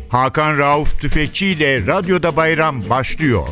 Hakan Rauf Tüfekçi ile Radyoda Bayram başlıyor.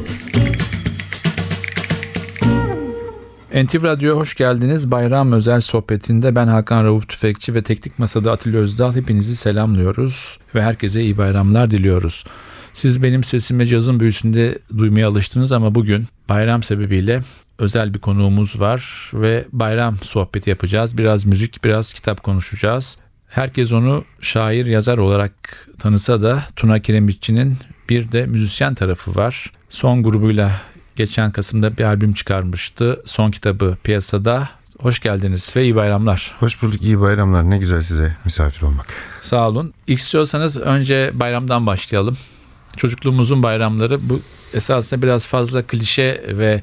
NTV Radyo'ya hoş geldiniz. Bayram özel sohbetinde ben Hakan Rauf Tüfekçi ve Teknik Masa'da Atilla Özdal hepinizi selamlıyoruz ve herkese iyi bayramlar diliyoruz. Siz benim sesimi cazın büyüsünde duymaya alıştınız ama bugün bayram sebebiyle özel bir konuğumuz var ve bayram sohbeti yapacağız. Biraz müzik, biraz kitap konuşacağız. Herkes onu şair, yazar olarak tanısa da Tuna Kiremitçi'nin bir de müzisyen tarafı var. Son grubuyla geçen Kasım'da bir albüm çıkarmıştı. Son kitabı piyasada. Hoş geldiniz ve iyi bayramlar. Hoş bulduk, iyi bayramlar. Ne güzel size misafir olmak. Sağ olun. İlk istiyorsanız önce bayramdan başlayalım. Çocukluğumuzun bayramları bu esasında biraz fazla klişe ve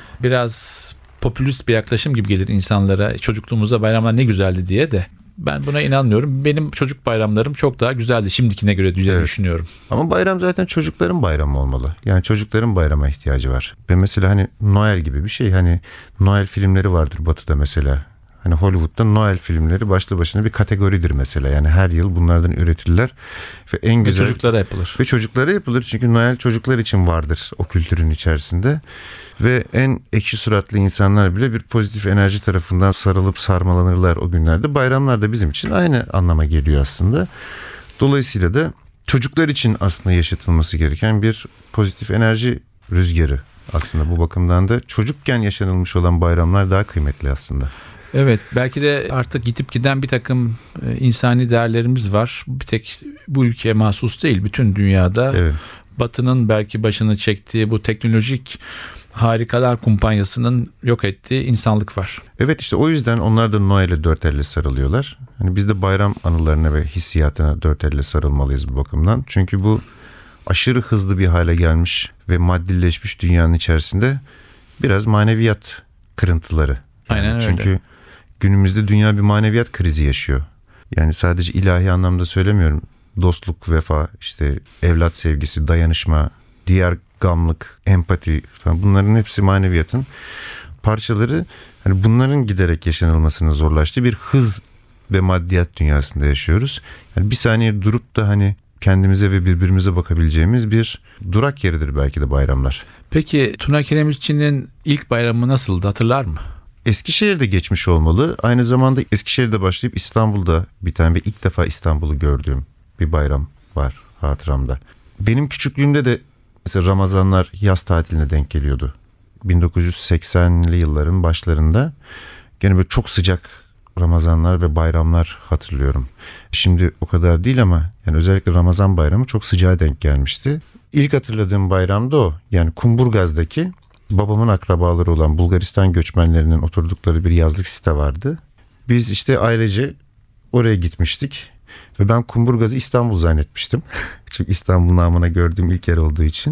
biraz popülist bir yaklaşım gibi gelir insanlara. Çocukluğumuzda bayramlar ne güzeldi diye de. Ben buna inanmıyorum. Benim çocuk bayramlarım çok daha güzeldi şimdikine göre diye düşünüyorum. Ama bayram zaten çocukların bayramı olmalı. Yani çocukların bayrama ihtiyacı var. Ve mesela hani Noel gibi bir şey. Hani Noel filmleri vardır Batı'da mesela. Hani Hollywood'da Noel filmleri başlı başına bir kategoridir mesela. Yani her yıl bunlardan üretirler. Ve en güzel... Ve çocuklara yapılır. Ve çocuklara yapılır. Çünkü Noel çocuklar için vardır o kültürün içerisinde. Ve en ekşi suratlı insanlar bile bir pozitif enerji tarafından sarılıp sarmalanırlar o günlerde. Bayramlar da bizim için aynı anlama geliyor aslında. Dolayısıyla da çocuklar için aslında yaşatılması gereken bir pozitif enerji rüzgarı aslında bu bakımdan da çocukken yaşanılmış olan bayramlar daha kıymetli aslında. Evet, belki de artık gidip giden bir takım insani değerlerimiz var. Bir tek bu ülkeye mahsus değil, bütün dünyada. Evet. Batı'nın belki başını çektiği bu teknolojik harikalar kumpanyasının yok ettiği insanlık var. Evet, işte o yüzden onlar da Noel'e dört elle sarılıyorlar. Hani biz de bayram anılarına ve hissiyatına dört elle sarılmalıyız bu bakımdan. Çünkü bu aşırı hızlı bir hale gelmiş ve maddileşmiş dünyanın içerisinde biraz maneviyat kırıntıları. Aynen öyle. Çünkü günümüzde dünya bir maneviyat krizi yaşıyor. Yani sadece ilahi anlamda söylemiyorum. Dostluk, vefa, işte evlat sevgisi, dayanışma, diğer gamlık, empati falan, bunların hepsi maneviyatın parçaları. Hani bunların giderek yaşanılmasının zorlaştığı bir hız ve maddiyat dünyasında yaşıyoruz. Yani bir saniye durup da hani kendimize ve birbirimize bakabileceğimiz bir durak yeridir belki de bayramlar. Peki Tuna Kiremitçi'nin ilk bayramı nasıldı, hatırlar mı? Eskişehir'de geçmiş olmalı. Aynı zamanda Eskişehir'de başlayıp İstanbul'da biten ve ilk defa İstanbul'u gördüğüm bir bayram var hatıramda. Benim küçüklüğümde de mesela Ramazanlar yaz tatiline denk geliyordu. 1980'li yılların başlarında gene böyle çok sıcak Ramazanlar ve bayramlar hatırlıyorum. Şimdi o kadar değil ama yani özellikle Ramazan bayramı çok sıcağa denk gelmişti. İlk hatırladığım bayram da o. Yani Kumburgaz'daki babamın akrabaları olan Bulgaristan göçmenlerinin oturdukları bir yazlık site vardı. Biz işte ailece oraya gitmiştik. Ve ben Kumburgaz'ı İstanbul zannetmiştim. Çünkü İstanbul namına gördüğüm ilk yer olduğu için.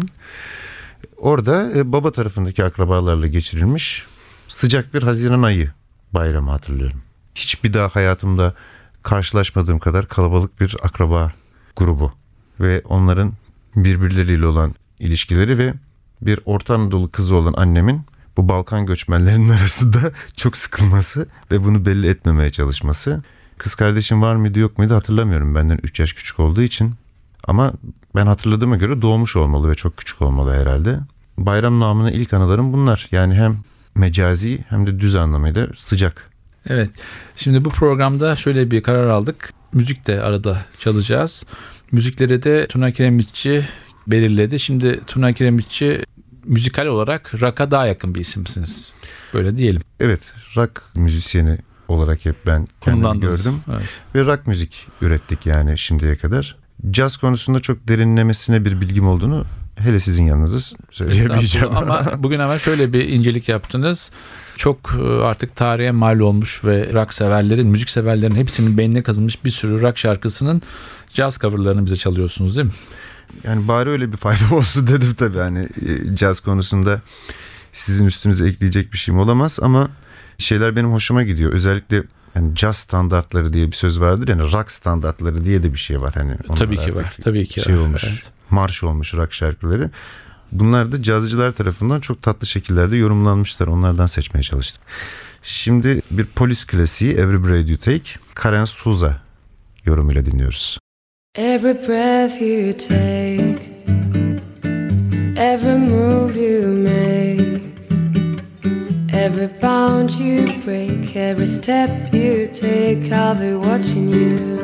Orada baba tarafındaki akrabalarla geçirilmiş sıcak bir Haziran ayı bayramı hatırlıyorum. Hiçbir daha hayatımda karşılaşmadığım kadar kalabalık bir akraba grubu. Ve onların birbirleriyle olan ilişkileri ve bir Orta Anadolu kızı olan annemin bu Balkan göçmenlerinin arasında çok sıkılması ve bunu belli etmemeye çalışması. Kız kardeşim var mıydı yok muydu hatırlamıyorum, benden 3 yaş küçük olduğu için. Ama ben hatırladığıma göre doğmuş olmalı ve çok küçük olmalı herhalde. Bayram namına ilk anılarım bunlar. Yani hem mecazi hem de düz anlamıyla sıcak. Evet, şimdi bu programda şöyle bir karar aldık. Müzik de arada çalacağız. Müzikleri de Tuna Kiremitçi belirledi. Şimdi Tuna Kiremitçi müzikal olarak rock'a daha yakın bir isimsiniz. Böyle diyelim. Evet, rock müzisyeni olarak hep ben kendimi gördüm. Evet. Ve rock müzik ürettik yani şimdiye kadar. Caz konusunda çok derinlemesine bir bilgim olduğunu hele sizin yanınızda söyleyebileceğim. Ama bugün hemen şöyle bir incelik yaptınız. Çok artık tarihe mal olmuş ve rock severlerin, müzik severlerin hepsinin beynine kazınmış bir sürü rock şarkısının caz coverlarını bize çalıyorsunuz değil mi? Yani bari öyle bir fayda olsun dedim tabii. Hani caz konusunda sizin üstünüze ekleyecek bir şeyim olamaz ama şeyler benim hoşuma gidiyor. Özellikle yani caz standartları diye bir söz vardır, yani rock standartları diye de bir şey var. Hani tabii ki var. Tabii ki şey var. olmuş. Evet. Marş olmuş rock şarkıları. Bunlar da cazcılar tarafından çok tatlı şekillerde yorumlanmışlar. Onlardan seçmeye çalıştım. Şimdi bir polis klasiği Every Breath You Take, Karen Souza yorumuyla dinliyoruz. Every breath you take, every move you make, every bound you break, every step you take, I'll be watching you.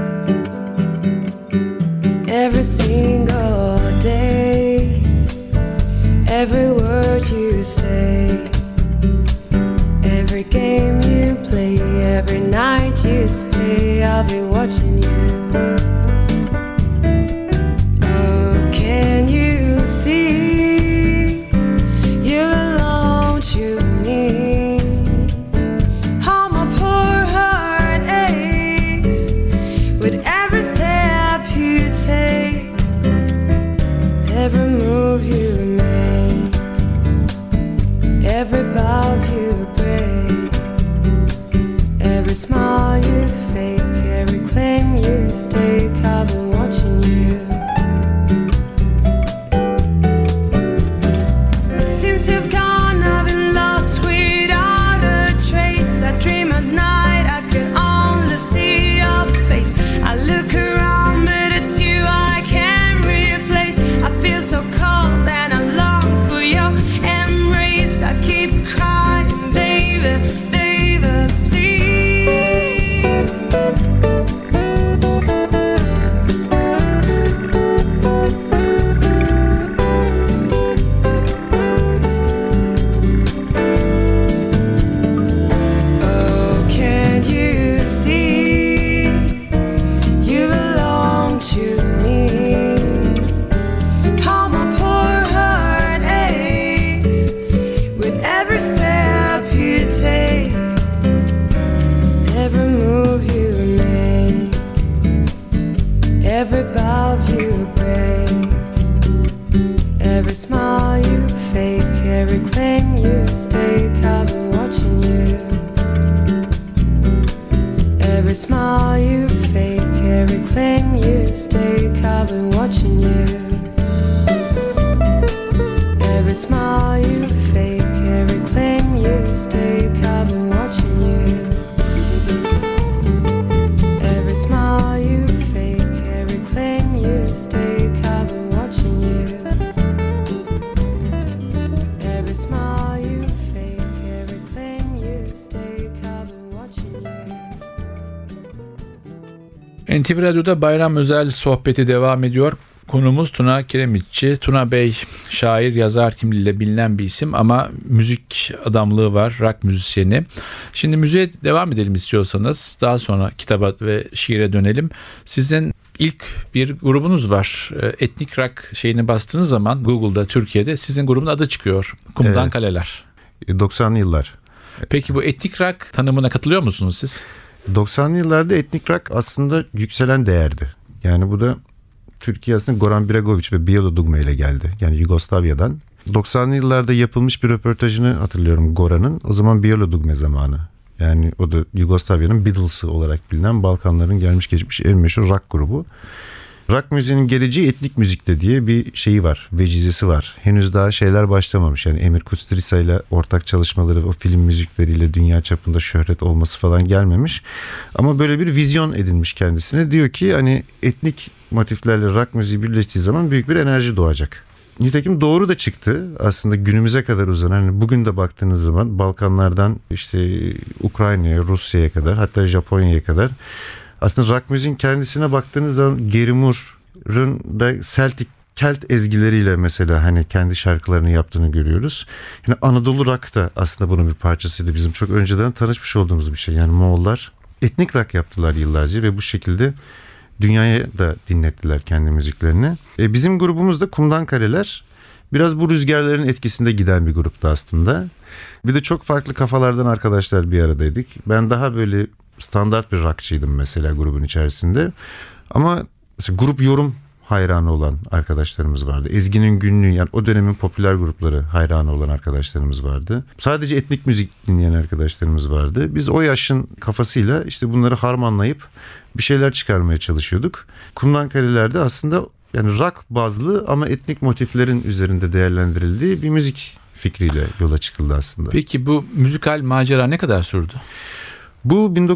Every single day, every word you say, every game you play, every night you stay, I'll be watching you. Oh, can you see you belong to me? How my poor heart aches with every step you take, every move you make, every bow you break, every smile you fake, every claim you stake, I've been watching you. Since you've gone, I've been lost without a trace. I dream at night, I can only see your face. I look around, but it's you I can't replace. I feel so cold and I long for your embrace. I keep crying, baby, baby, please. Oh, can't you see you belong to me? How my poor heart aches with every step you take, every move you make, every bow you break, every smile you fake, every claim you stake, I've been watching you. Every smile you fake, every claim you stake, I've been watching you. Every smile you fake, every claim you stake, I've been watching you. Every smile you fake, every claim you stake, I've been watching you. Every smile you fake, every claim you stake, I've been watching you. NTV Radyo'da bayram özel sohbeti devam ediyor. Konumuz Tuna Kiremitçi. Tuna Bey şair, yazar kimliğiyle bilinen bir isim ama müzik adamlığı var, rock müzisyeni. Şimdi müziğe devam edelim istiyorsanız. Daha sonra kitaba ve şiire dönelim. Sizin ilk bir grubunuz var. Etnik rock şeyini bastığınız zaman Google'da Türkiye'de sizin grubun adı çıkıyor. Kumdan Evet. Kaleler. 90'lı yıllar. Peki bu etnik rock tanımına katılıyor musunuz siz? 90'lı yıllarda etnik rock aslında yükselen değerdi. Yani bu da Türkiye aslında Goran Bregovic ve Bijelo Dugme ile geldi. Yani Yugoslavya'dan. 90'lı yıllarda yapılmış bir röportajını hatırlıyorum Goran'ın. O zaman Bijelo Dugme zamanı. Yani o da Yugoslavya'nın Beatles'ı olarak bilinen Balkanların gelmiş geçmiş en meşhur rock grubu. Rock müziğinin geleceği etnik müzikte diye bir şeyi var, vecizesi var. Henüz daha şeyler başlamamış. Yani Emir Kusturica ile ortak çalışmaları, o film müzikleriyle dünya çapında şöhret olması falan gelmemiş. Ama böyle bir vizyon edinmiş kendisine. Diyor ki hani etnik motiflerle rock müziği birleştiği zaman büyük bir enerji doğacak. Nitekim doğru da çıktı. Aslında günümüze kadar uzanan, hani bugün de baktığınız zaman Balkanlardan işte Ukrayna'ya, Rusya'ya kadar, hatta Japonya'ya kadar aslında rock müziğin kendisine baktığınız zaman Gary Moore'un da Kelt ezgileriyle mesela hani kendi şarkılarını yaptığını görüyoruz. Yani Anadolu rock da aslında bunun bir parçasıydı. Bizim çok önceden tanışmış olduğumuz bir şey. Yani Moğollar etnik rock yaptılar yıllarca ve bu şekilde dünyaya da dinlettiler kendi müziklerini. Bizim grubumuz da Kumdan Kaleler. Biraz bu rüzgarların etkisinde giden bir gruptu aslında. Bir de çok farklı kafalardan arkadaşlar bir aradaydık. Ben daha böyle standart bir rockçıydım mesela grubun içerisinde. Ama mesela grup yorum hayranı olan arkadaşlarımız vardı. Ezgi'nin Günlüğü, yani o dönemin popüler grupları hayranı olan arkadaşlarımız vardı. Sadece etnik müzik dinleyen arkadaşlarımız vardı. Biz o yaşın kafasıyla işte bunları harmanlayıp bir şeyler çıkarmaya çalışıyorduk. Kumdan Kaleler'de aslında yani rock bazlı ama etnik motiflerin üzerinde değerlendirildiği bir müzik fikriyle yola çıkıldı aslında. Peki bu müzikal macera ne kadar sürdü? Bu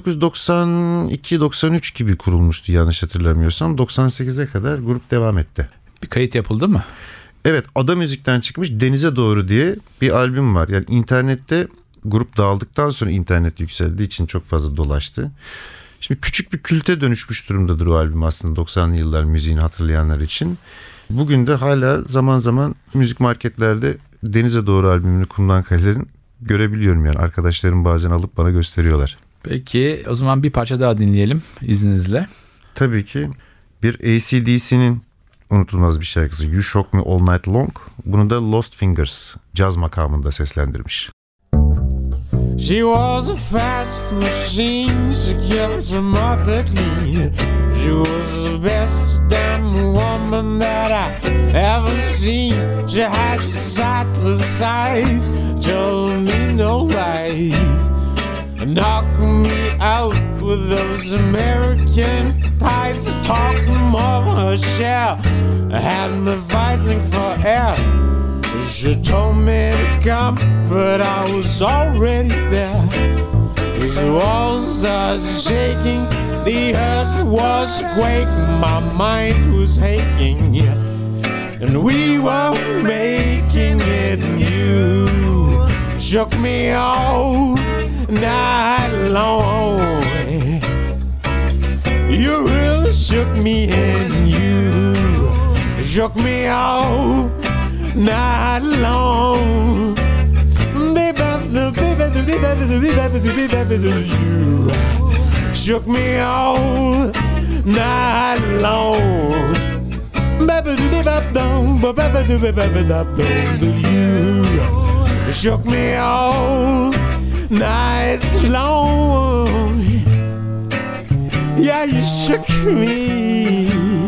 1992-93 gibi kurulmuştu yanlış hatırlamıyorsam. 98'e kadar grup devam etti. Bir kayıt yapıldı mı? Evet, Ada Müzik'ten çıkmış Denize Doğru diye bir albüm var. Yani internette grup dağıldıktan sonra internet yükseldiği için çok fazla dolaştı. Şimdi küçük bir külte dönüşmüş durumdadır o albüm aslında 90'lı yıllar müziğini hatırlayanlar için. Bugün de hala zaman zaman müzik marketlerde Denize Doğru albümünü kullanan kayıtların görebiliyorum yani. Arkadaşlarım bazen alıp bana gösteriyorlar. Peki o zaman bir parça daha dinleyelim izninizle. Tabii ki bir AC/DC'nin unutulmaz bir şarkısı You Shock Me All Night Long. Bunu da Lost Fingers caz makamında seslendirmiş. She was a fast machine, she kept her mother clean. She was the best damn woman that I ever seen. She had sightless eyes, told me no lies. Knock me out with those American ties, talking more than her share. Had me fighting for air. She told me to come, but I was already there. The walls started shaking, the earth was quaking, my mind was aching, yeah. And we were making it, and you shook me all night long. You really shook me, and you shook me all night long. You shook me all night long. You shook me all night long. Yeah, you shook me.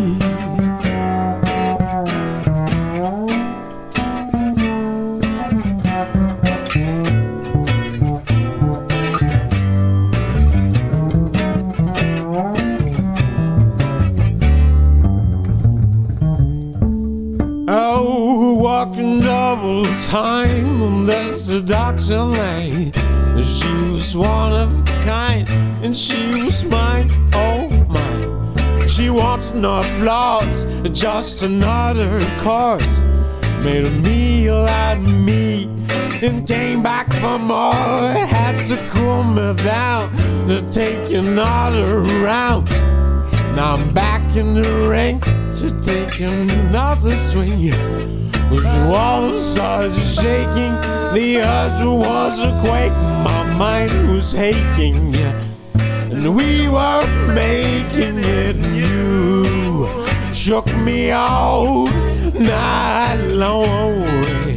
Time on the seduction lane. She was one of a kind, and she was mine, oh mine. She wanted no applause, just another chorus. Made a meal out of me, and came back for more. Had to cool me down to take another round. Now I'm back in the ring to take another swing. The walls started shaking, the earth was a quake, my mind was aching, yeah. And we were making it, and you shook me all night long.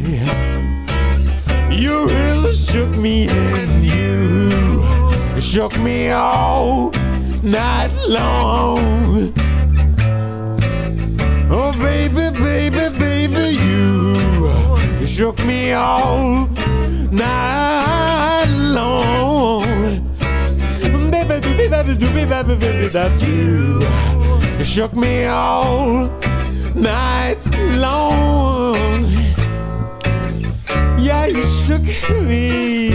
You really shook me, and you shook me all night long. Oh baby, baby, baby, you shook me all night long. Baby, baby, baby, baby, baby, baby, that you shook me all night long. Yeah, you shook me.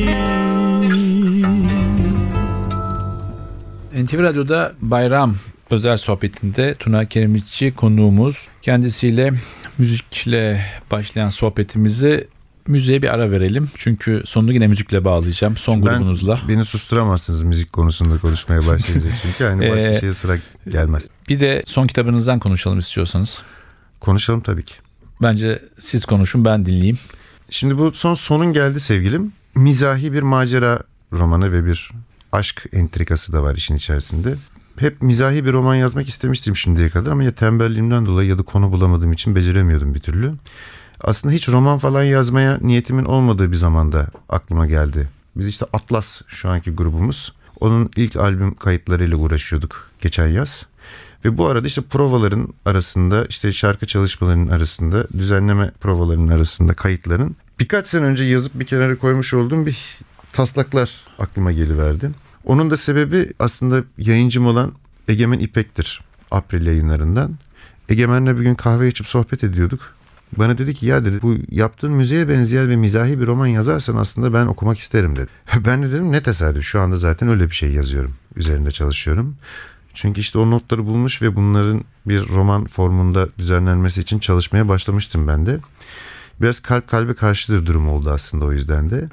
NTV Radyo'da Bayram özel sohbetinde Tuna Kiremiççi konuğumuz. Kendisiyle müzikle başlayan sohbetimizi müziğe bir ara verelim. Çünkü sonunu yine müzikle bağlayacağım. Son grubunuzla. Beni susturamazsınız müzik konusunda konuşmaya başlayınca. Çünkü hani başka şeye sıra gelmez. Bir de son kitabınızdan konuşalım istiyorsanız. Konuşalım tabii ki. Bence siz konuşun, ben dinleyeyim. Şimdi bu sonun geldi sevgilim. Mizahi bir macera romanı ve bir aşk entrikası da var işin içerisinde. Hep mizahi bir roman yazmak istemiştim şimdiye kadar ama ya tembelliğimden dolayı ya da konu bulamadığım için beceremiyordum bir türlü. Aslında hiç roman falan yazmaya niyetimin olmadığı bir zamanda aklıma geldi. Biz işte Atlas şu anki grubumuz. Onun ilk albüm kayıtlarıyla uğraşıyorduk geçen yaz. Ve bu arada işte provaların arasında, işte şarkı çalışmalarının arasında, düzenleme provalarının arasında kayıtların birkaç sene önce yazıp bir kenara koymuş olduğum bir taslaklar aklıma geliverdi. Onun da sebebi aslında yayıncım olan Egemen İpek'tir, April yayınlarından. Egemen'le bir gün kahve içip sohbet ediyorduk. Bana dedi ki ya dedi bu yaptığın müziğe benzeyen ve mizahi bir roman yazarsan aslında ben okumak isterim dedi. Ben de dedim ne tesadüf, şu anda zaten öyle bir şey yazıyorum. Üzerinde çalışıyorum. Çünkü işte o notları bulmuş ve bunların bir roman formunda düzenlenmesi için çalışmaya başlamıştım ben de. Biraz kalp kalbe karşıdır durum oldu aslında o yüzden de.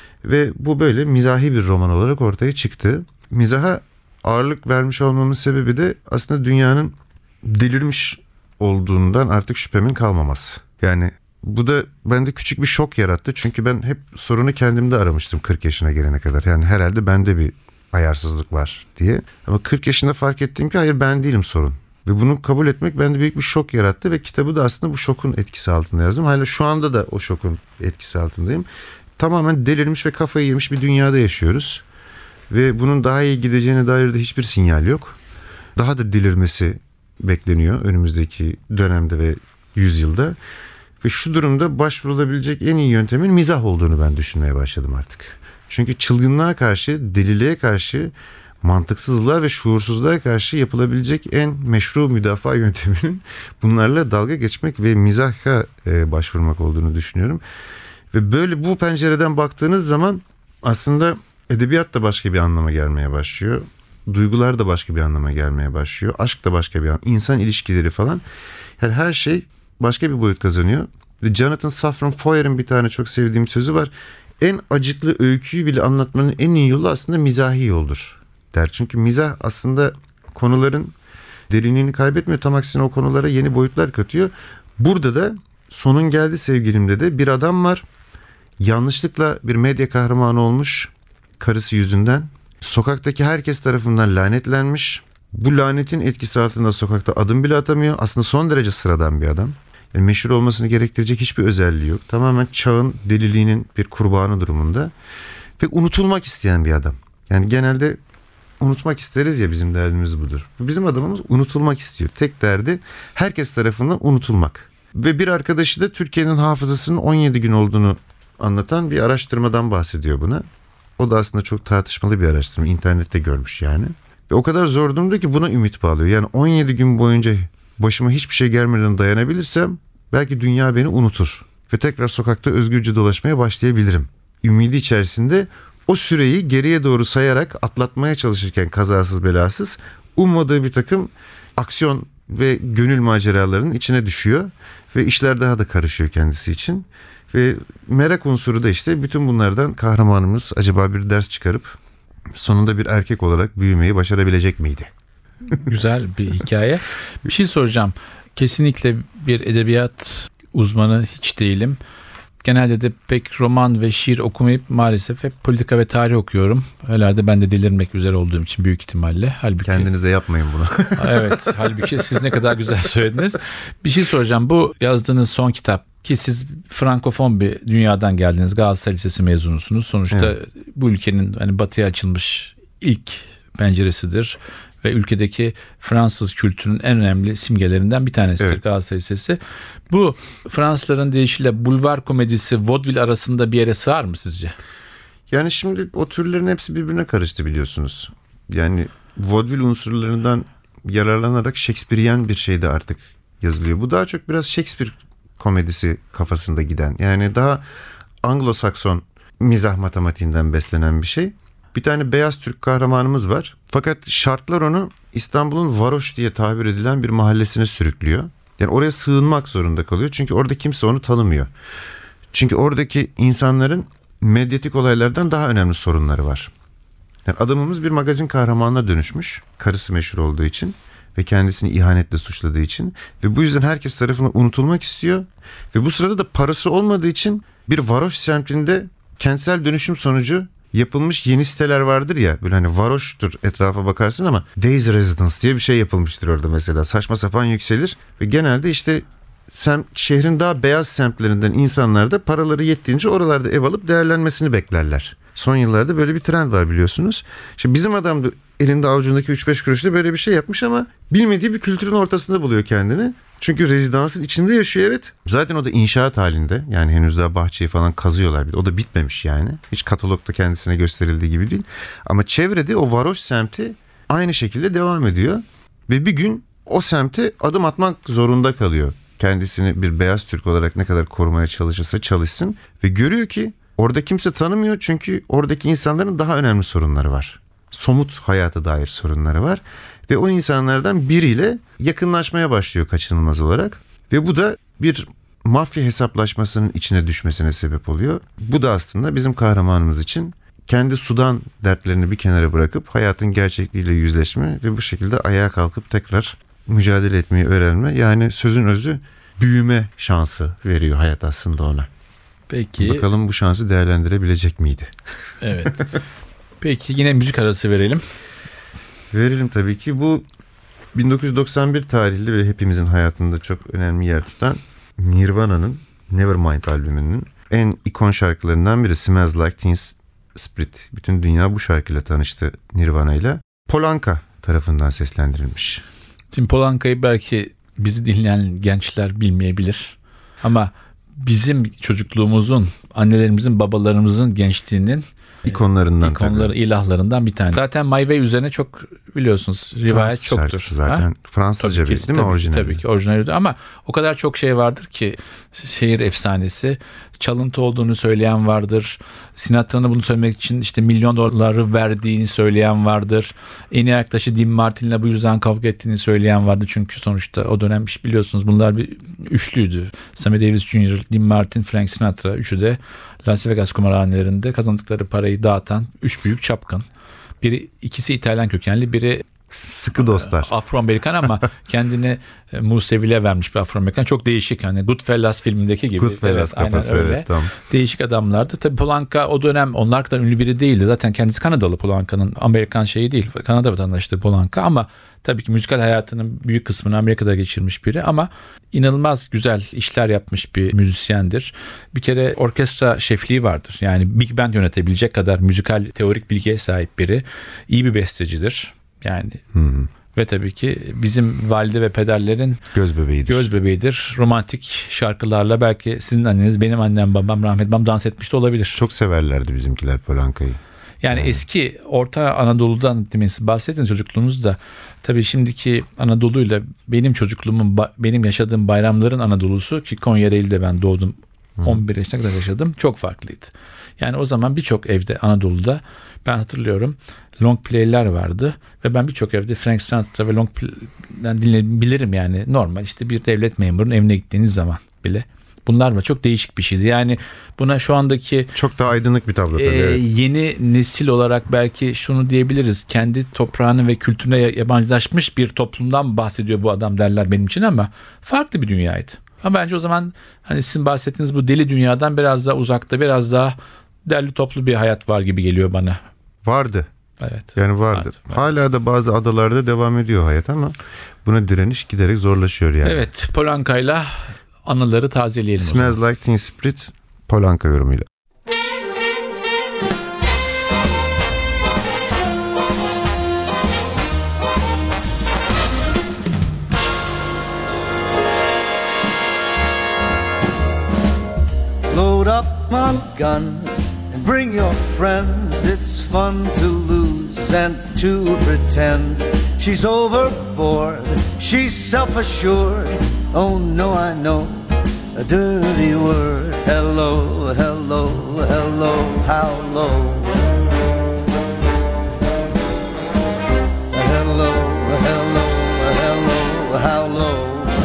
Ve bu böyle mizahi bir roman olarak ortaya çıktı. Mizaha ağırlık vermiş olmamın sebebi de aslında dünyanın delirmiş olduğundan artık şüphemin kalmaması. Yani bu da bende küçük bir şok yarattı. Çünkü ben hep sorunu kendimde aramıştım 40 yaşına gelene kadar. Yani herhalde bende bir ayarsızlık var diye. Ama 40 yaşında fark ettim ki hayır, ben değilim sorun. Ve bunu kabul etmek bende büyük bir şok yarattı ve kitabı da aslında bu şokun etkisi altında yazdım. Hala şu anda da o şokun etkisi altındayım. Tamamen delirmiş ve kafayı yemiş bir dünyada yaşıyoruz. Ve bunun daha iyi gideceğine dair de hiçbir sinyal yok. Daha da delirmesi bekleniyor önümüzdeki dönemde ve yüzyılda. Ve şu durumda başvurulabilecek en iyi yöntemin mizah olduğunu ben düşünmeye başladım artık. Çünkü çılgınlığa karşı, deliliğe karşı, mantıksızlığa ve şuursuzluğa karşı yapılabilecek en meşru müdafaa yönteminin bunlarla dalga geçmek ve mizaha başvurmak olduğunu düşünüyorum. Ve böyle bu pencereden baktığınız zaman aslında edebiyat da başka bir anlama gelmeye başlıyor. Duygular da başka bir anlama gelmeye başlıyor. Aşk da başka bir anlama. İnsan ilişkileri falan. Yani her şey başka bir boyut kazanıyor. Ve Jonathan Safran Foer'in bir tane çok sevdiğim sözü var. En acıklı öyküyü bile anlatmanın en iyi yolu aslında mizahi yoldur der. Çünkü mizah aslında konuların derinliğini kaybetmiyor. Tam aksine o konulara yeni boyutlar katıyor. Burada da Sonun Geldi Sevgilim'de de bir adam var. Yanlışlıkla bir medya kahramanı olmuş karısı yüzünden. Sokaktaki herkes tarafından lanetlenmiş. Bu lanetin etkisi altında sokakta adım bile atamıyor. Aslında son derece sıradan bir adam. Yani meşhur olmasını gerektirecek hiçbir özelliği yok. Tamamen çağın deliliğinin bir kurbanı durumunda. Ve unutulmak isteyen bir adam. Yani genelde unutmak isteriz ya, bizim derdimiz budur. Bizim adamımız unutulmak istiyor. Tek derdi herkes tarafından unutulmak. Ve bir arkadaşı da Türkiye'nin hafızasının 17 gün olduğunu anlatan bir araştırmadan bahsediyor buna. O da aslında çok tartışmalı bir araştırma. İnternette görmüş yani. Ve o kadar zor durumda ki buna ümit bağlıyor. Yani 17 gün boyunca başıma hiçbir şey gelmeden dayanabilirsem belki dünya beni unutur. Ve tekrar sokakta özgürce dolaşmaya başlayabilirim. Ümidi içerisinde o süreyi geriye doğru sayarak atlatmaya çalışırken kazasız belasız ummadığı bir takım aksiyon ve gönül maceralarının içine düşüyor. Ve işler daha da karışıyor kendisi için. Ve merak unsuru da işte bütün bunlardan kahramanımız acaba bir ders çıkarıp sonunda bir erkek olarak büyümeyi başarabilecek miydi? Güzel bir hikaye. Bir şey soracağım. Kesinlikle bir edebiyat uzmanı hiç değilim. Genelde de pek roman ve şiir okumayıp maalesef hep politika ve tarih okuyorum. Herhalde ben de delirmek üzere olduğum için büyük ihtimalle. Halbuki, kendinize yapmayın bunu. Evet, halbuki siz ne kadar güzel söylediniz. Bir şey soracağım. Bu yazdığınız son kitap, ki siz Frankofon bir dünyadan geldiniz. Galatasaray Lisesi mezunusunuz. Sonuçta evet, bu ülkenin hani batıya açılmış ilk penceresidir. Ve ülkedeki Fransız kültürünün en önemli simgelerinden bir tanesidir, evet, Galatasaray Lisesi. Bu Fransızların deyişiyle bulvar komedisi, vaudeville arasında bir yere sığar mı sizce? Yani şimdi o türlerin hepsi birbirine karıştı biliyorsunuz. Yani vaudeville unsurlarından yararlanarak Shakespearean bir şey de artık yazılıyor. Bu daha çok biraz Shakespeare komedisi kafasında giden. Yani daha Anglo-Sakson mizah matematiğinden beslenen bir şey. Bir tane beyaz Türk kahramanımız var. Fakat şartlar onu İstanbul'un varoş diye tabir edilen bir mahallesine sürüklüyor. Yani oraya sığınmak zorunda kalıyor. Çünkü orada kimse onu tanımıyor. Çünkü oradaki insanların medyatik olaylardan daha önemli sorunları var. Yani adamımız bir magazin kahramanına dönüşmüş. Karısı meşhur olduğu için ve kendisini ihanetle suçladığı için. Ve bu yüzden herkes tarafından unutulmak istiyor. Ve bu sırada da parası olmadığı için bir varoş semtinde kentsel dönüşüm sonucu yapılmış yeni siteler vardır ya, böyle hani varoştur, etrafa bakarsın ama Daisy Residence diye bir şey yapılmıştır orada mesela. Saçma sapan yükselir ve genelde işte şehrin daha beyaz semtlerinden insanlar da paraları yettiğince oralarda ev alıp değerlenmesini beklerler. Son yıllarda böyle bir trend var biliyorsunuz. İşte bizim adam da elinde avucundaki 3-5 kuruşla böyle bir şey yapmış ama bilmediği bir kültürün ortasında buluyor kendini. Çünkü rezidansın içinde yaşıyor, evet. Zaten o da inşaat halinde. Yani henüz daha bahçeyi falan kazıyorlar. O da bitmemiş yani. Hiç katalogda kendisine gösterildiği gibi değil. Ama çevrede o varoş semti aynı şekilde devam ediyor. Ve bir gün o semte adım atmak zorunda kalıyor. kendisini bir beyaz Türk olarak ne kadar korumaya çalışırsa çalışsın ve görüyor ki orada kimse tanımıyor çünkü oradaki insanların daha önemli sorunları var. Somut hayata dair sorunları var ve o insanlardan biriyle yakınlaşmaya başlıyor kaçınılmaz olarak ve bu da bir mafya hesaplaşmasının içine düşmesine sebep oluyor. Bu da aslında bizim kahramanımız için kendi Sudan dertlerini bir kenara bırakıp hayatın gerçekliğiyle yüzleşme ve bu şekilde ayağa kalkıp tekrar mücadele etmeyi öğrenme. Yani sözün özü büyüme şansı veriyor hayat aslında ona. Peki. Bakalım bu şansı değerlendirebilecek miydi? Evet. Peki yine müzik arası verelim. Verelim tabii ki. Bu 1991 tarihli ve hepimizin hayatında çok önemli yer tutan Nirvana'nın Nevermind albümünün en ikon şarkılarından biri Smells Like Teen Spirit. Bütün dünya bu şarkıyla tanıştı Nirvana ile. Paul Anka tarafından seslendirilmiş. Şimdi Paul Anka'yı belki bizi dinleyen gençler bilmeyebilir. Ama bizim çocukluğumuzun, annelerimizin, babalarımızın gençliğinin ikonlarından tabii. İlahlarından bir tane. Zaten My Way üzerine çok biliyorsunuz rivayet çoktur. Zaten Fransızca değil mi orijinali? Tabii ki orijinali ama o kadar çok şey vardır ki şehir efsanesi. Çalıntı olduğunu söyleyen vardır. Sinatra'nın bunu söylemek için işte $1 milyon verdiğini söyleyen vardır. En iyi arkadaşı Dean Martin'le bu yüzden kavga ettiğini söyleyen vardı. Çünkü sonuçta o dönem biliyorsunuz bunlar bir üçlüydü. Sammy Davis Jr., Dean Martin, Frank Sinatra. Üçü de Las Vegas kumarhanelerinde kazandıkları parayı dağıtan üç büyük çapkın. İkisi İtalyan kökenli, biri sıkı dostlar. Afro-Amerikan ama kendini Musevi'le vermiş bir Afro-Amerikan. Çok değişik, hani Goodfellas filmindeki gibi. Goodfellas evet, kafası, aynen öyle. Evet, tamam. Değişik adamlardı. Tabii Paul Anka o dönem onlar kadar ünlü biri değildi. Zaten kendisi Kanadalı, Paul Anka'nın Amerikan şeyi değil. Kanada vatandaşları Paul Anka ama tabii ki müzikal hayatının büyük kısmını Amerika'da geçirmiş biri ama inanılmaz güzel işler yapmış bir müzisyendir. Bir kere orkestra şefliği vardır. Yani Big Band yönetebilecek kadar müzikal teorik bilgiye sahip biri. İyi bir bestecidir. Yani ve tabii ki bizim valide ve pederlerin göz bebeğidir. Romantik şarkılarla belki sizin anneniz, benim annem, babam, rahmetli babam dans etmiş de olabilir. Çok severlerdi bizimkiler Paul Anka'yı. Yani eski Orta Anadolu'dan demin siz bahsettiniz çocukluğunuzda. Tabii şimdiki Anadolu'yla benim çocukluğumun, benim yaşadığım bayramların Anadolu'su ki Konya Ereğli'de ben doğdum. 11 yaşına kadar yaşadım. Çok farklıydı. Yani o zaman birçok evde Anadolu'da ben hatırlıyorum long play'ler vardı ve ben birçok evde Frank Sinatra ve long play'den dinleyebilirim yani normal işte bir devlet memurunun evine gittiğiniz zaman bile. Bunlar var. Çok değişik bir şeydi. Yani buna şu andaki çok daha aydınlık bir tablo tabii. Yeni nesil olarak belki şunu diyebiliriz. Kendi toprağını ve kültürüne yabancılaşmış bir toplumdan bahsediyor bu adam derler benim için ama farklı bir dünyaydı. Ama bence o zaman hani sizin bahsettiğiniz bu deli dünyadan biraz daha uzakta, biraz daha derli toplu bir hayat var gibi geliyor bana. Vardı. Evet. Yani vardı. Hala da bazı adalarda devam ediyor hayat ama buna direniş giderek zorlaşıyor yani. Evet. Paul Anka'yla anıları tazeleyelim. Smells Like Teen Spirit, Paul Anka yorumuyla. Load up my guns and bring your friends. It's fun to lose and to pretend. She's overboard, she's self-assured. Oh no, I know a dirty word. Hello, hello, hello, how low? Hello, hello, hello, how low?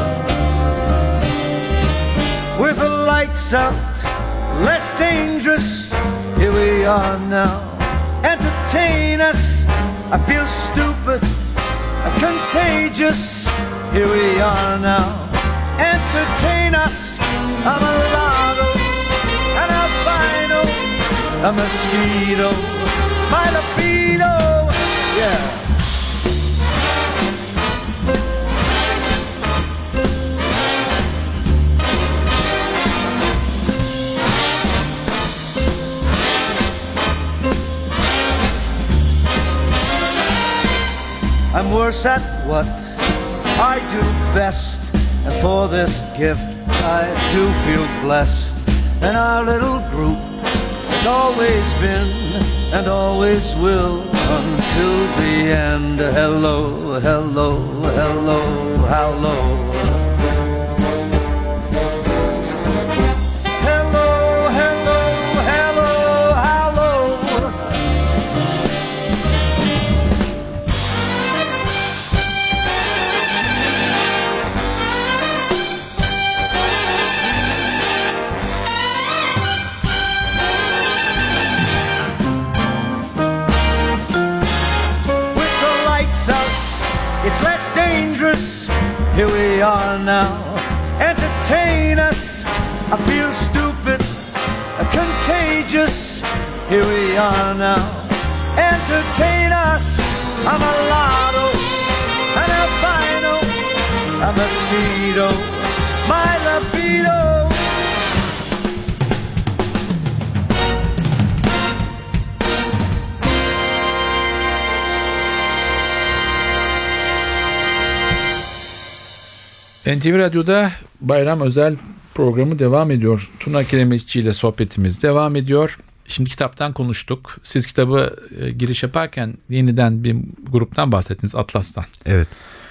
With the lights out, less dangerous, here we are now. Entertain us, I feel stupid, contagious, here we are now. Entertain us, I'm a mulatto, an albino, a mosquito, my libido, yeah. I'm worse at what I do best, and for this gift I do feel blessed. And our little group has always been and always will until the end. Hello, hello, hello, how low? it's dangerous. Here we are now. Entertain us. I feel stupid, contagious. Here we are now. Entertain us. I'm a lotto, an albino, a mosquito, my libido. NTV Radyo'da bayram özel programı devam ediyor. Tuna Kiremitçi ile sohbetimiz devam ediyor. Şimdi kitaptan konuştuk. Siz kitabı giriş yaparken yeniden bir gruptan bahsettiniz, Atlas'tan. Evet.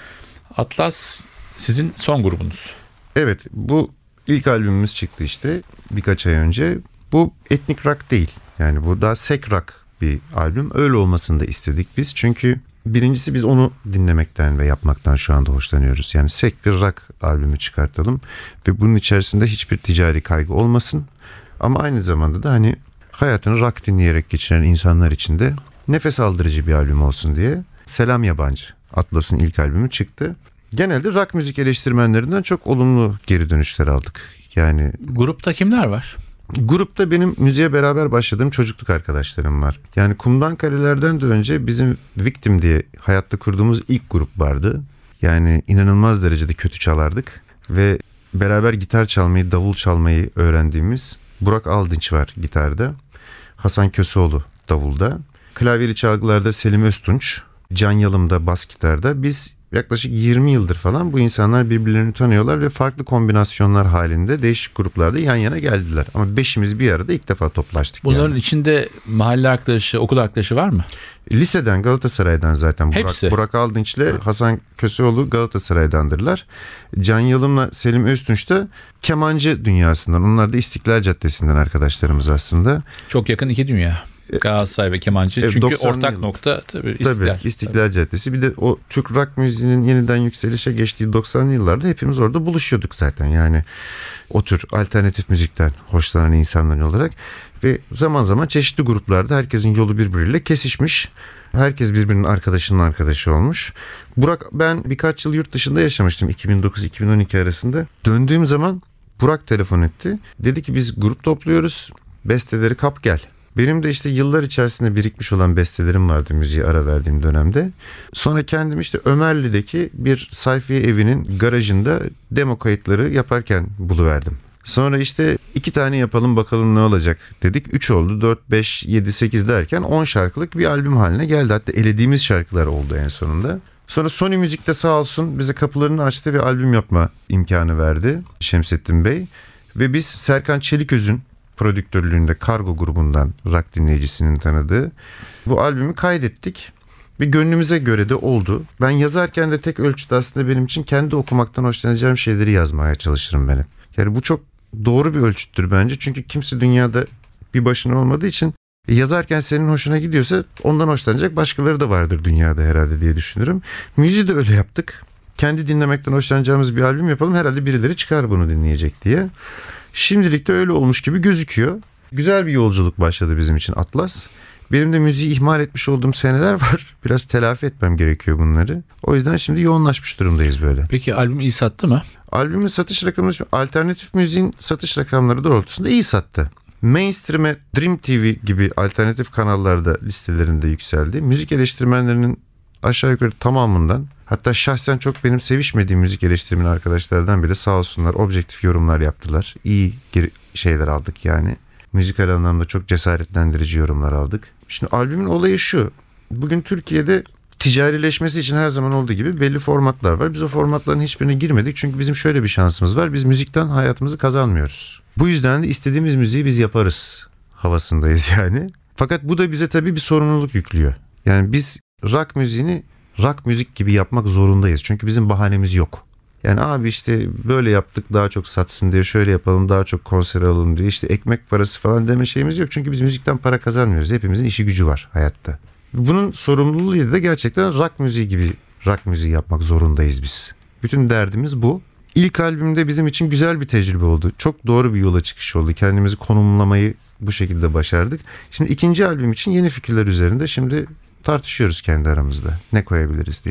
Atlas sizin son grubunuz. Evet, bu ilk albümümüz çıktı işte birkaç ay önce. Bu etnik rock değil. Yani bu daha sek rock bir albüm. Öyle olmasını da istedik biz. Çünkü birincisi biz onu dinlemekten ve yapmaktan şu anda hoşlanıyoruz. Yani sek bir rock albümü çıkartalım ve bunun içerisinde hiçbir ticari kaygı olmasın. Ama aynı zamanda da hani hayatını rock dinleyerek geçiren insanlar için de nefes aldırıcı bir albüm olsun diye. Selam Yabancı, Atlas'ın ilk albümü çıktı. Genelde rock müzik eleştirmenlerinden çok olumlu geri dönüşler aldık. Yani Grupta kimler var? grupta benim müziğe beraber başladığım çocukluk arkadaşlarım var. Yani Kumdan Kareler'den de önce bizim Victim diye hayatta kurduğumuz ilk grup vardı. Yani inanılmaz derecede kötü çalardık ve beraber gitar çalmayı, davul çalmayı öğrendiğimiz Burak Aldınç var gitarda. Hasan Köseoğlu davulda. Klavyeli çalgılarda Selim Öztunç, Can Yalım'da bas gitarda. Biz yaklaşık 20 yıldır falan bu insanlar birbirlerini tanıyorlar ve farklı kombinasyonlar halinde değişik gruplarda yan yana geldiler. Ama beşimiz bir arada ilk defa toplaştık. Bunların yani. içinde mahalle arkadaşı, okul arkadaşı var mı? Liseden, Galatasaray'dan zaten Hepsi. Burak Aldınç ile Hasan Köseoğlu Galatasaray'dandırlar. Can Yalım'la Selim Öztunç da kemancı dünyasından. Onlar da İstiklal Caddesi'nden arkadaşlarımız aslında. Çok yakın iki dünya. Galatasaray ve kemancı. Çünkü 90'lı ortak yıl. nokta tabii İstiklal. Tabii İstiklal Caddesi. Bir de o Türk rock müziğinin yeniden yükselişe geçtiği 90'lı yıllarda hepimiz orada buluşuyorduk zaten. Yani o tür alternatif müzikten hoşlanan insanlar olarak. Ve zaman zaman çeşitli gruplarda herkesin yolu birbiriyle kesişmiş. Herkes birbirinin arkadaşının arkadaşı olmuş. Burak, ben birkaç yıl yurt dışında yaşamıştım 2009-2012 arasında. Döndüğüm zaman Burak telefon etti. Dedi ki biz grup topluyoruz. Besteleri kap gel. Benim de işte yıllar içerisinde birikmiş olan bestelerim vardı müziğe ara verdiğim dönemde. Sonra kendim işte Ömerli'deki bir sayfiye evinin garajında demo kayıtları yaparken buluverdim. Sonra işte 2 tane yapalım bakalım ne olacak dedik. 3 oldu, 4, 5, 7, 8 derken 10 şarkılık bir albüm haline geldi. Hatta elediğimiz şarkılar oldu en sonunda. Sonra Sony Müzik'te sağ olsun bize kapılarını açtı ve albüm yapma imkanı verdi Şemsettin Bey. Ve biz Serkan Çeliköz'ün prodüktörlüğünde Kargo grubundan rock dinleyicisinin tanıdığı bu albümü kaydettik. Bir gönlümüze göre de oldu. Ben yazarken de tek ölçüde aslında benim için kendi okumaktan hoşlanacağım şeyleri yazmaya çalışırım ben hep. Yani bu çok doğru bir ölçüttür bence. Çünkü kimse dünyada bir başına olmadığı için yazarken senin hoşuna gidiyorsa ondan hoşlanacak başkaları da vardır dünyada herhalde diye düşünürüm. Müziği de öyle yaptık. Kendi dinlemekten hoşlanacağımız bir albüm yapalım. Herhalde birileri çıkar bunu dinleyecek diye. Şimdilik de öyle olmuş gibi gözüküyor. Güzel bir yolculuk başladı bizim için Atlas. Benim de müziği ihmal etmiş olduğum seneler var. Biraz telafi etmem gerekiyor bunları. O yüzden şimdi yoğunlaşmış durumdayız böyle. Peki albüm iyi sattı mı? Albümün satış rakamları, alternatif müziğin satış rakamları doğrultusunda iyi sattı. Mainstream'e Dream TV gibi alternatif kanallarda listelerinde yükseldi. Müzik eleştirmenlerinin aşağı yukarı tamamından, hatta şahsen çok benim sevişmediğim müzik eleştirmeni arkadaşlardan bile sağ olsunlar objektif yorumlar yaptılar. İyi şeyler aldık yani. Müzikal anlamda çok cesaretlendirici yorumlar aldık. Şimdi albümün olayı şu. Bugün Türkiye'de ticarileşmesi için her zaman olduğu gibi belli formatlar var. Biz o formatların hiçbirine girmedik. Çünkü bizim şöyle bir şansımız var. Biz müzikten hayatımızı kazanmıyoruz. Bu yüzden de istediğimiz müziği biz yaparız havasındayız yani. Fakat bu da bize tabii bir sorumluluk yüklüyor. Yani biz rock müziğini rock müzik gibi yapmak zorundayız. Çünkü bizim bahanemiz yok. Yani abi işte böyle yaptık daha çok satsın diye, şöyle yapalım daha çok konser alalım diye, işte ekmek parası falan deme şeyimiz yok. Çünkü biz müzikten para kazanmıyoruz. Hepimizin işi gücü var hayatta. Bunun sorumluluğu da gerçekten rock müziği gibi rock müziği yapmak zorundayız biz. Bütün derdimiz bu. İlk albümde bizim için güzel bir tecrübe oldu. Çok doğru bir yola çıkış oldu. Kendimizi konumlamayı bu şekilde başardık. Şimdi ikinci albüm için yeni fikirler üzerinde şimdi tartışıyoruz kendi aramızda. Ne koyabiliriz diye.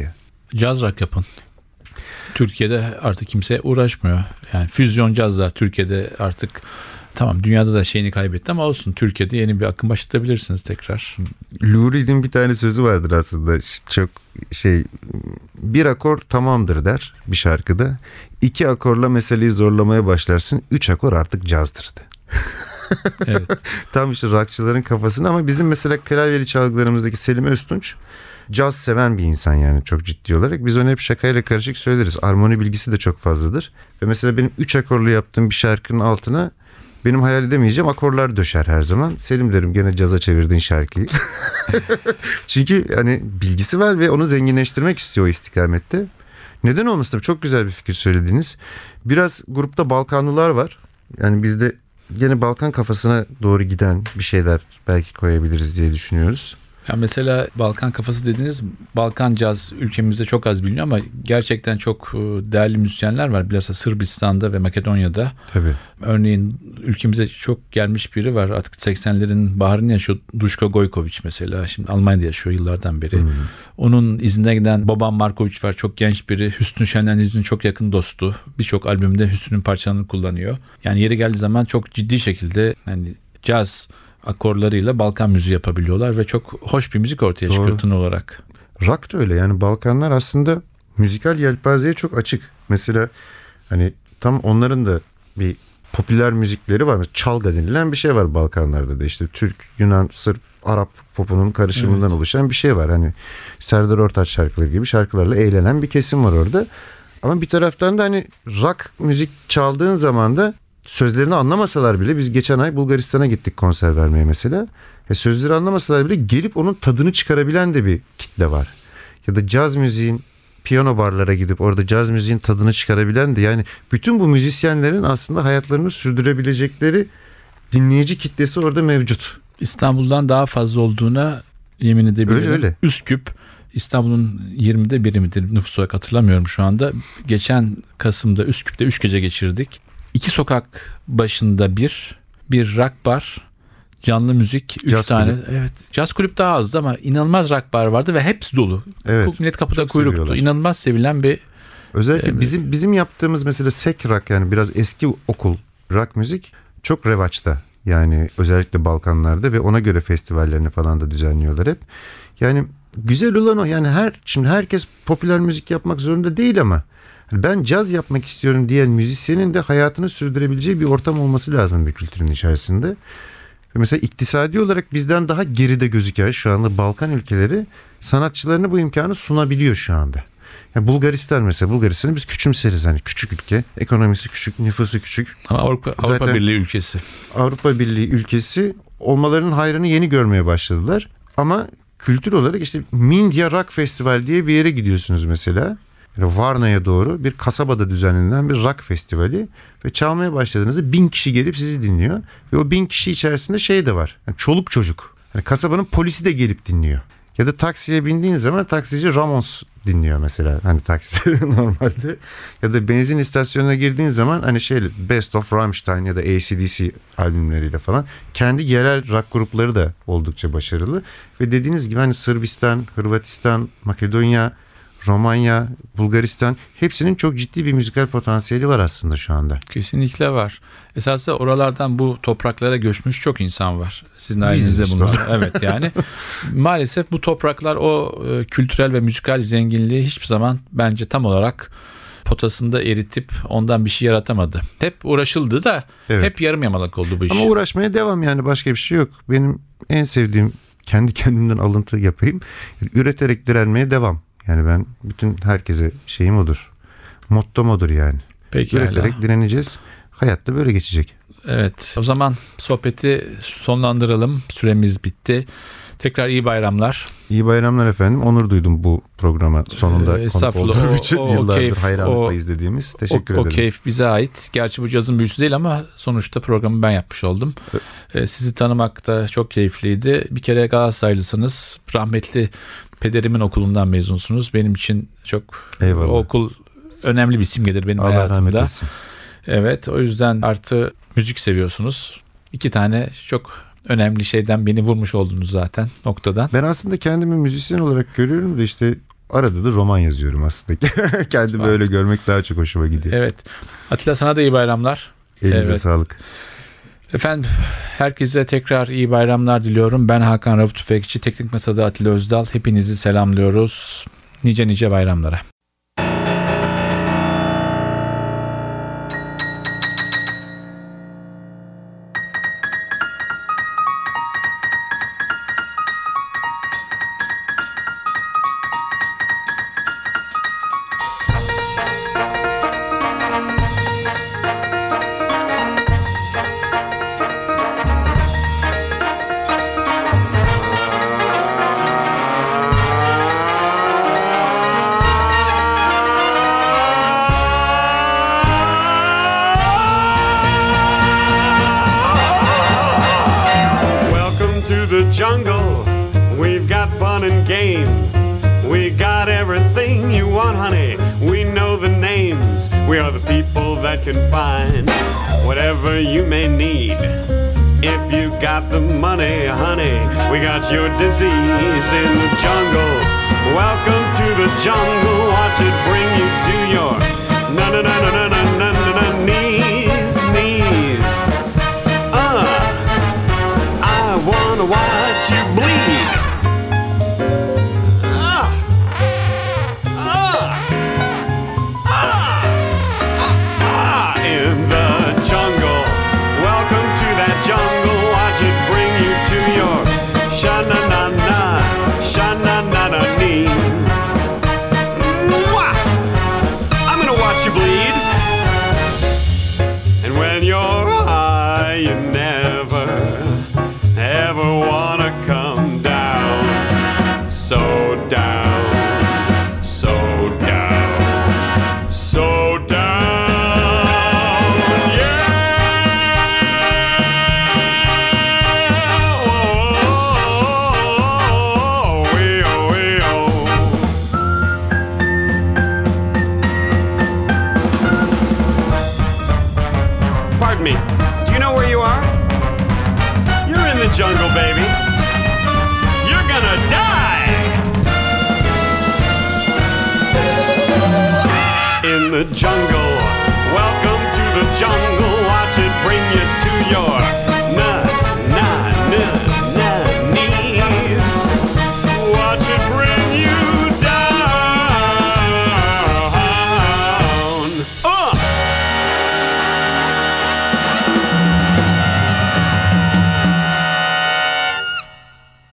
caz rock yapın. Türkiye'de artık kimse uğraşmıyor. Yani füzyon cazlar Türkiye'de artık tamam, dünyada da şeyini kaybetti ama olsun, Türkiye'de yeni bir akım başlatabilirsiniz tekrar. Lou Reed'in bir tane sözü vardır aslında, çok bir akor tamamdır der bir şarkıda. 2 akorla meseleyi zorlamaya başlarsın. 3 akor artık cazdır de. Evet. Tam işte rockçıların kafasını, ama bizim mesela klavyeli çalgılarımızdaki Selim Öztunç caz seven bir insan yani, çok ciddi olarak. Biz onu hep şakayla karışık söyleriz. Armoni bilgisi de çok fazladır. Ve mesela benim 3 akorlu yaptığım bir şarkının altına benim hayal edemeyeceğim akorlar döşer her zaman. Selim derim, gene caza çevirdin şarkıyı. Çünkü hani bilgisi var ve onu zenginleştirmek istiyor o istikamette. Neden olmasın? Tabii çok güzel bir fikir söylediniz. Biraz grupta Balkanlılar var. Yani bizde gene Balkan kafasına doğru giden bir şeyler belki koyabiliriz diye düşünüyoruz. Ya mesela Balkan kafası dediğiniz, Balkan caz ülkemizde çok az biliniyor ama gerçekten çok değerli müzisyenler var. Bilhassa Sırbistan'da ve Makedonya'da. Tabii. Örneğin ülkemize çok gelmiş biri var. Artık 80'lerin baharını yaşıyor. Duško Gojković mesela. Şimdi Almanya'da yaşıyor yıllardan beri. Onun izine giden Boban Marković var. Çok genç biri. Hüsnü Şenlendiz'in çok yakın dostu. Birçok albümde Hüsnü'nün parçalarını kullanıyor. Yani yeri geldiği zaman çok ciddi şekilde yani caz akorlarıyla Balkan müziği yapabiliyorlar ve çok hoş bir müzik ortaya çıkıyor tın olarak. Rock da öyle yani, Balkanlar aslında müzikal yelpazeye çok açık. Mesela hani tam onların da bir popüler müzikleri var. Mesela çalga denilen bir şey var Balkanlarda da, işte Türk, Yunan, Sırp, Arap popunun karışımından oluşan bir şey var. Hani Serdar Ortaç şarkıları gibi şarkılarla eğlenen bir kesim var orada. Ama bir taraftan da hani rock müzik çaldığın zaman da sözlerini anlamasalar bile, biz geçen ay Bulgaristan'a gittik konser vermeye mesela. Sözleri anlamasalar bile gelip onun tadını çıkarabilen de bir kitle var. Ya da caz müziğin, piyano barlara gidip orada caz müziğin tadını çıkarabilen de, yani bütün bu müzisyenlerin aslında hayatlarını sürdürebilecekleri dinleyici kitlesi orada mevcut. İstanbul'dan daha fazla olduğuna yemin edebilirim. Öyle. Üsküp İstanbul'un 20'de biri midir nüfus olarak hatırlamıyorum şu anda. Geçen Kasım'da Üsküp'te 3 gece geçirdik. 2 sokak başında bir rock bar, canlı müzik, 3 tane. Kulüp. Evet. Caz kulüp daha azdı ama inanılmaz rock bar vardı ve hepsi dolu. Evet. Millet kapıda Çok kuyruktu. seviyorlar. İnanılmaz sevilen bir. Özellikle bizim yaptığımız mesela sek rock, yani biraz eski okul rock müzik çok revaçta. Yani özellikle Balkanlarda ve ona göre festivallerini falan da düzenliyorlar hep. Yani güzel olan o. Yani şimdi herkes popüler müzik yapmak zorunda değil ama ben caz yapmak istiyorum diyen müzisyenin de hayatını sürdürebileceği bir ortam olması lazım bir kültürün içerisinde. Mesela iktisadi olarak bizden daha geride gözüken şu anda Balkan ülkeleri sanatçılarına bu imkanı sunabiliyor şu anda. Yani Bulgaristan mesela, Bulgaristan'ı biz küçümseriz, hani küçük ülke, ekonomisi küçük, nüfusu küçük. Ama Avrupa Birliği ülkesi. Avrupa Birliği ülkesi olmalarının hayrını yeni görmeye başladılar. Ama kültür olarak işte Mindya Rock Festival diye bir yere gidiyorsunuz mesela. Varna'ya doğru bir kasabada düzenlenen bir rock festivali ve çalmaya başladığınızda 1000 kişi gelip sizi dinliyor ve o 1000 kişi içerisinde şey de var, yani çoluk çocuk, yani kasabanın polisi de gelip dinliyor. Ya da taksiye bindiğin zaman taksici Ramos dinliyor mesela, hani taksi normalde. Ya da benzin istasyonuna girdiğin zaman hani Best of Rammstein ya da AC/DC albümleriyle falan, kendi yerel rock grupları da oldukça başarılı ve dediğiniz gibi hani Sırbistan, Hırvatistan, Makedonya, Romanya, Bulgaristan, hepsinin çok ciddi bir müzikal potansiyeli var aslında şu anda. Kesinlikle var. Esasında oralardan bu topraklara göçmüş çok insan var. Sizin ailenizde işte. bunlar. Evet yani. Maalesef bu topraklar o kültürel ve müzikal zenginliği hiçbir zaman bence tam olarak potasında eritip ondan bir şey yaratamadı. Hep uğraşıldı da hep yarım yamalak oldu bu iş. Ama uğraşmaya devam, yani başka bir şey yok. Benim en sevdiğim, kendi kendimden alıntı yapayım, üreterek direnmeye devam. Yani ben bütün herkese şeyim odur. Mottom odur yani. Peki. Üreterek direneceğiz. Hayat da böyle geçecek. Evet. O zaman sohbeti sonlandıralım. Süremiz bitti. Tekrar iyi bayramlar. İyi bayramlar efendim. Onur duydum bu programa sonunda konuk olduğum için. Yıllardır hayranlıkla izlediğimiz. Teşekkür ederim. O keyif bize ait. Gerçi bu cazın büyüsü değil ama sonuçta programı ben yapmış oldum. Sizi tanımak da çok keyifliydi. Bir kere Galatasaraylısınız. Rahmetli pederimin okulundan mezunsunuz. Benim için çok Eyvallah. o okul önemli bir simgedir benim Allah hayatımda. rahmet etsin. Evet, o yüzden artı müzik seviyorsunuz. 2 tane çok önemli şeyden beni vurmuş oldunuz zaten noktadan. Ben aslında kendimi müzisyen olarak görüyorum da işte Arada da roman yazıyorum aslında. Kendimi öyle görmek daha çok hoşuma gidiyor. Evet. Atilla, sana da iyi bayramlar. Elinize sağlık. Efendim, herkese tekrar iyi bayramlar diliyorum. Ben Hakan Rauf Tüfekçi, Teknik Masa'da Atilla Özdal. Hepinizi selamlıyoruz. Nice bayramlara. Jungle, we've got fun and games. We got everything you want, honey. We know the names. We are the people that can find whatever you may need. If you got the money, honey, we got your disease in the jungle. Welcome to the jungle. Watch it bring you to your knees. I wanna watch you bleed. In the jungle. Welcome to that jungle. Watch it bring you to your sha-na-na-na knees. I'm gonna watch you bleed. And when you're high, you never ever wanna come down, so down, so down, so down, yeah. Oh, we-oh. Pardon me, do you know where you are? You're in the jungle, baby. You're gonna die. In the jungle. Welcome to the jungle. Watch it bring you to your